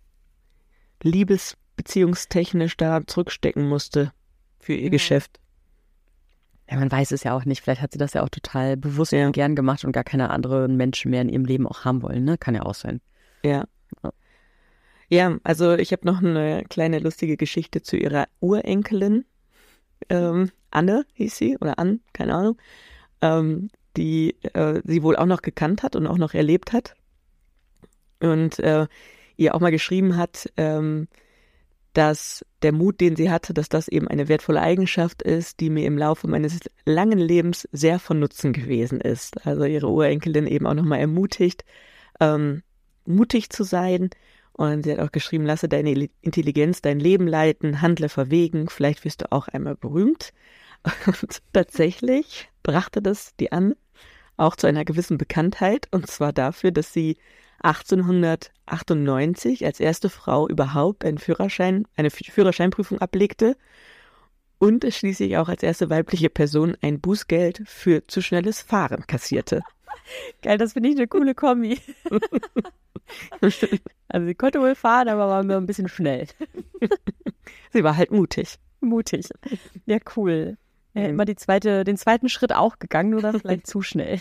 liebesbeziehungstechnisch da zurückstecken musste für ihr Geschäft. Ja, man weiß es ja auch nicht. Vielleicht hat sie das ja auch total bewusst und gern gemacht und gar keine anderen Menschen mehr in ihrem Leben auch haben wollen, ne? Kann ja auch sein. Ja. Ja, also ich habe noch eine kleine lustige Geschichte zu ihrer Urenkelin. Anne hieß sie, oder Ann, keine Ahnung, die sie wohl auch noch gekannt hat und auch noch erlebt hat. Und ihr auch mal geschrieben hat, dass der Mut, den sie hatte, dass das eben eine wertvolle Eigenschaft ist, die mir im Laufe meines langen Lebens sehr von Nutzen gewesen ist. Also ihre Urenkelin eben auch nochmal ermutigt, mutig zu sein. Und sie hat auch geschrieben, lasse deine Intelligenz dein Leben leiten, handle verwegen, vielleicht wirst du auch einmal berühmt. Und tatsächlich brachte das die Anne auch zu einer gewissen Bekanntheit, und zwar dafür, dass sie 1898 als erste Frau überhaupt eine Führerscheinprüfung ablegte und schließlich auch als erste weibliche Person ein Bußgeld für zu schnelles Fahren kassierte. Geil, das finde ich eine coole Kombi. Also sie konnte wohl fahren, aber war nur ein bisschen schnell. Sie war halt mutig. Mutig. Ja, cool. Er hätte mal den zweiten Schritt auch gegangen, oder vielleicht zu schnell.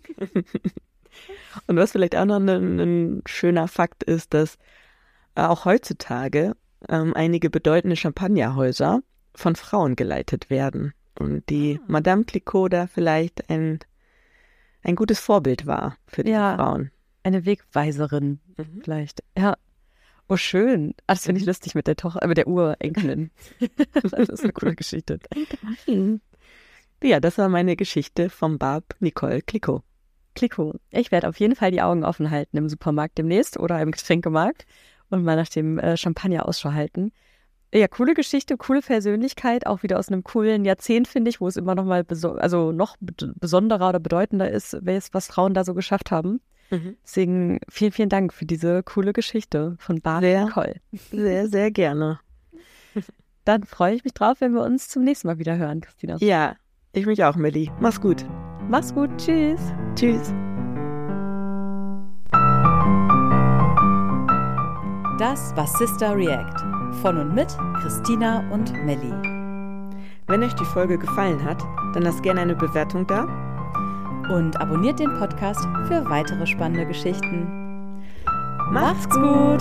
Und was vielleicht auch noch ein schöner Fakt ist, dass auch heutzutage einige bedeutende Champagnerhäuser von Frauen geleitet werden. Und die Madame Clicquot da vielleicht ein gutes Vorbild war für diese Frauen. Eine Wegweiserin vielleicht. Ja. Oh, schön. Das finde ich lustig mit der Urenkelin. Das ist eine coole Geschichte. Ja, das war meine Geschichte vom Barbe Nicole Clicquot. Ich werde auf jeden Fall die Augen offen halten im Supermarkt demnächst oder im Getränkemarkt und mal nach dem Champagner Ausschau halten. Ja, coole Geschichte, coole Persönlichkeit, auch wieder aus einem coolen Jahrzehnt, finde ich, wo es immer noch mal noch besonderer oder bedeutender ist, was Frauen da so geschafft haben. Deswegen vielen, vielen Dank für diese coole Geschichte von Barbe Nicole. Sehr, sehr gerne. Dann freue ich mich drauf, wenn wir uns zum nächsten Mal wieder hören, Christina. Ja, ich mich auch, Melli. Mach's gut. Mach's gut. Tschüss. Tschüss. Das war Sister React. Von und mit Christina und Melli. Wenn euch die Folge gefallen hat, dann lasst gerne eine Bewertung da. Und abonniert den Podcast für weitere spannende Geschichten. Macht's gut!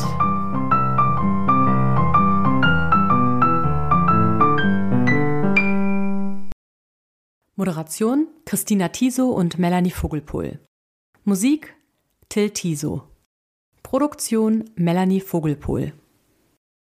Moderation Christina Thiso und Melanie Vogelpohl. Musik Till Thiso. Produktion Melanie Vogelpohl.